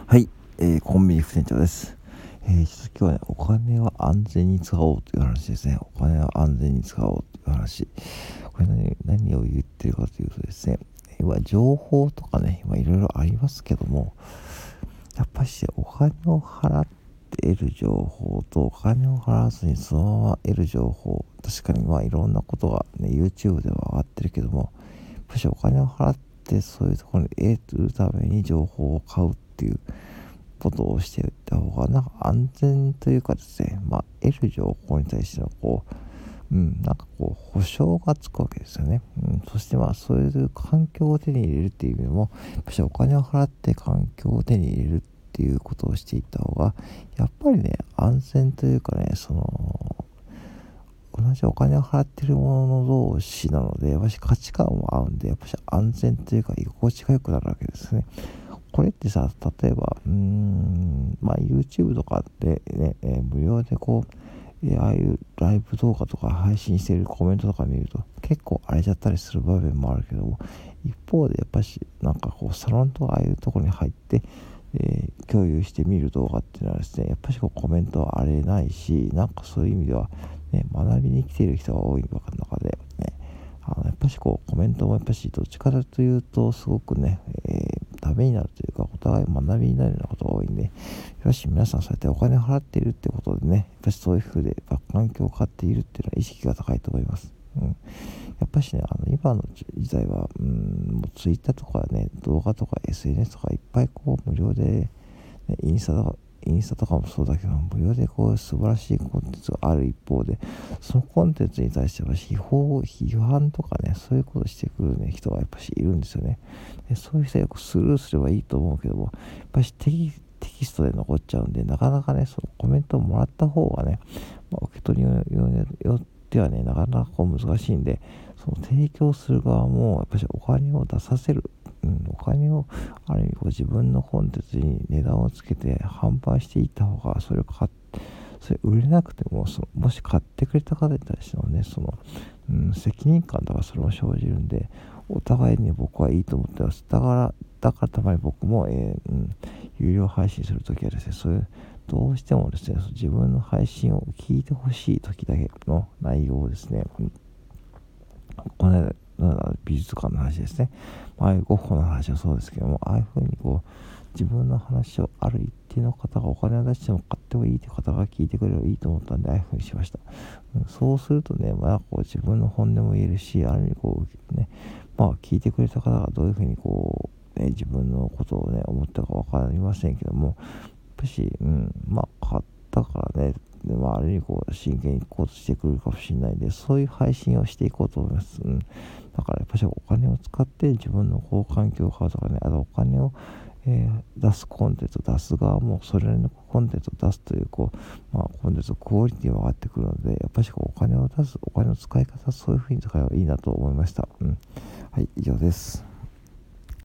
はい、コンビニ副店長です。ちょっと今日はね、お金は安全に使おうという話ですね。お金は安全に使おうという話。これ何を言ってるかというとですね、情報とかね、いろいろありますけども、やっぱりお金を払って得る情報とお金を払わずにそのまま得る情報、確かにいろんなことがね、YouTube では上がってるけども、やっぱりお金を払ってそういうところに得るために情報を買うっていうことをしていった方が安全というかですね、得る情報に対しての保証がつくわけですよね。そしてそういう環境を手に入れるっていう意味でも、やっぱりお金を払って環境を手に入れるっていうことをしていった方が、やっぱりね、安全というかね、同じお金を払ってる者同士なので、やっぱり価値観も合うんで、やっぱり安全というか居心地が良くなるわけですね。これってさ、例えば、YouTube とかでね、無料でああいうライブ動画とか配信しているコメントとか見ると、結構荒れちゃったりする場面もあるけども、一方でやっぱし、サロンとかああいうところに入って、共有してみる動画っていうのはですね、やっぱしコメントは荒れないし、そういう意味では、ね、学びに来ている人が多い中で、ね、やっぱしコメントもやっぱしどっちかというとすごくね、ためになるというか、お互い学びになるようなことが多いんで、よし、皆さんそうやってお金を払っているってことでね、やっぱしそういう風で環境を買っているっていうのは意識が高いと思います。やっぱしね、今の時代は、もうツイッターとかね、動画とか SNS とかいっぱい無料で、ね、インスタとかもそうだけど、無料で素晴らしいコンテンツがある一方で、そのコンテンツに対しては批判とかね、そういうことをしてくるね、人がやっぱしいるんですよね。でそういう人はよくスルーすればいいと思うけども、やっぱしテキストで残っちゃうんで、なかなかね、そのコメントをもらった方がね、受け取りによってはね、なかなか難しいんで、その提供する側も、やっぱしお金を出させる。お金をある意味自分のコンテンツに値段をつけて販売していった方が、それ売れなくても、もし買ってくれた方に対してのね、責任感とかそれも生じるんで、お互いに僕はいいと思ってます。だからたまに僕も、有料配信するときはですね、どうしてもですね、自分の配信を聞いてほしいときだけの内容をですね、この間、美術館の話ですね。ああいうゴッホの話はそうですけども、ああいうふうに自分の話をある一定の方がお金を出しても買ってもいいという方が聞いてくれればいいと思ったんで、ああいうふうにしました。そうするとね、自分の本音も言えるし、ある意味聞いてくれた方がどういうふうに自分のことをね、思ったかわかりませんけども、やっぱし、買ったからね、ある意味真剣に行こうとしてくるかもしれないんで、そういう配信をしていこうと思います。だからやっぱしお金を使って自分の環境を買うとかね、あとお金を、出すコンテンツを出す側もそれなりのコンテンツを出すというコンテンツのクオリティも上がってくるので、やっぱしお金の使い方、そういうふうに使えばいいなと思いました。はい、以上です。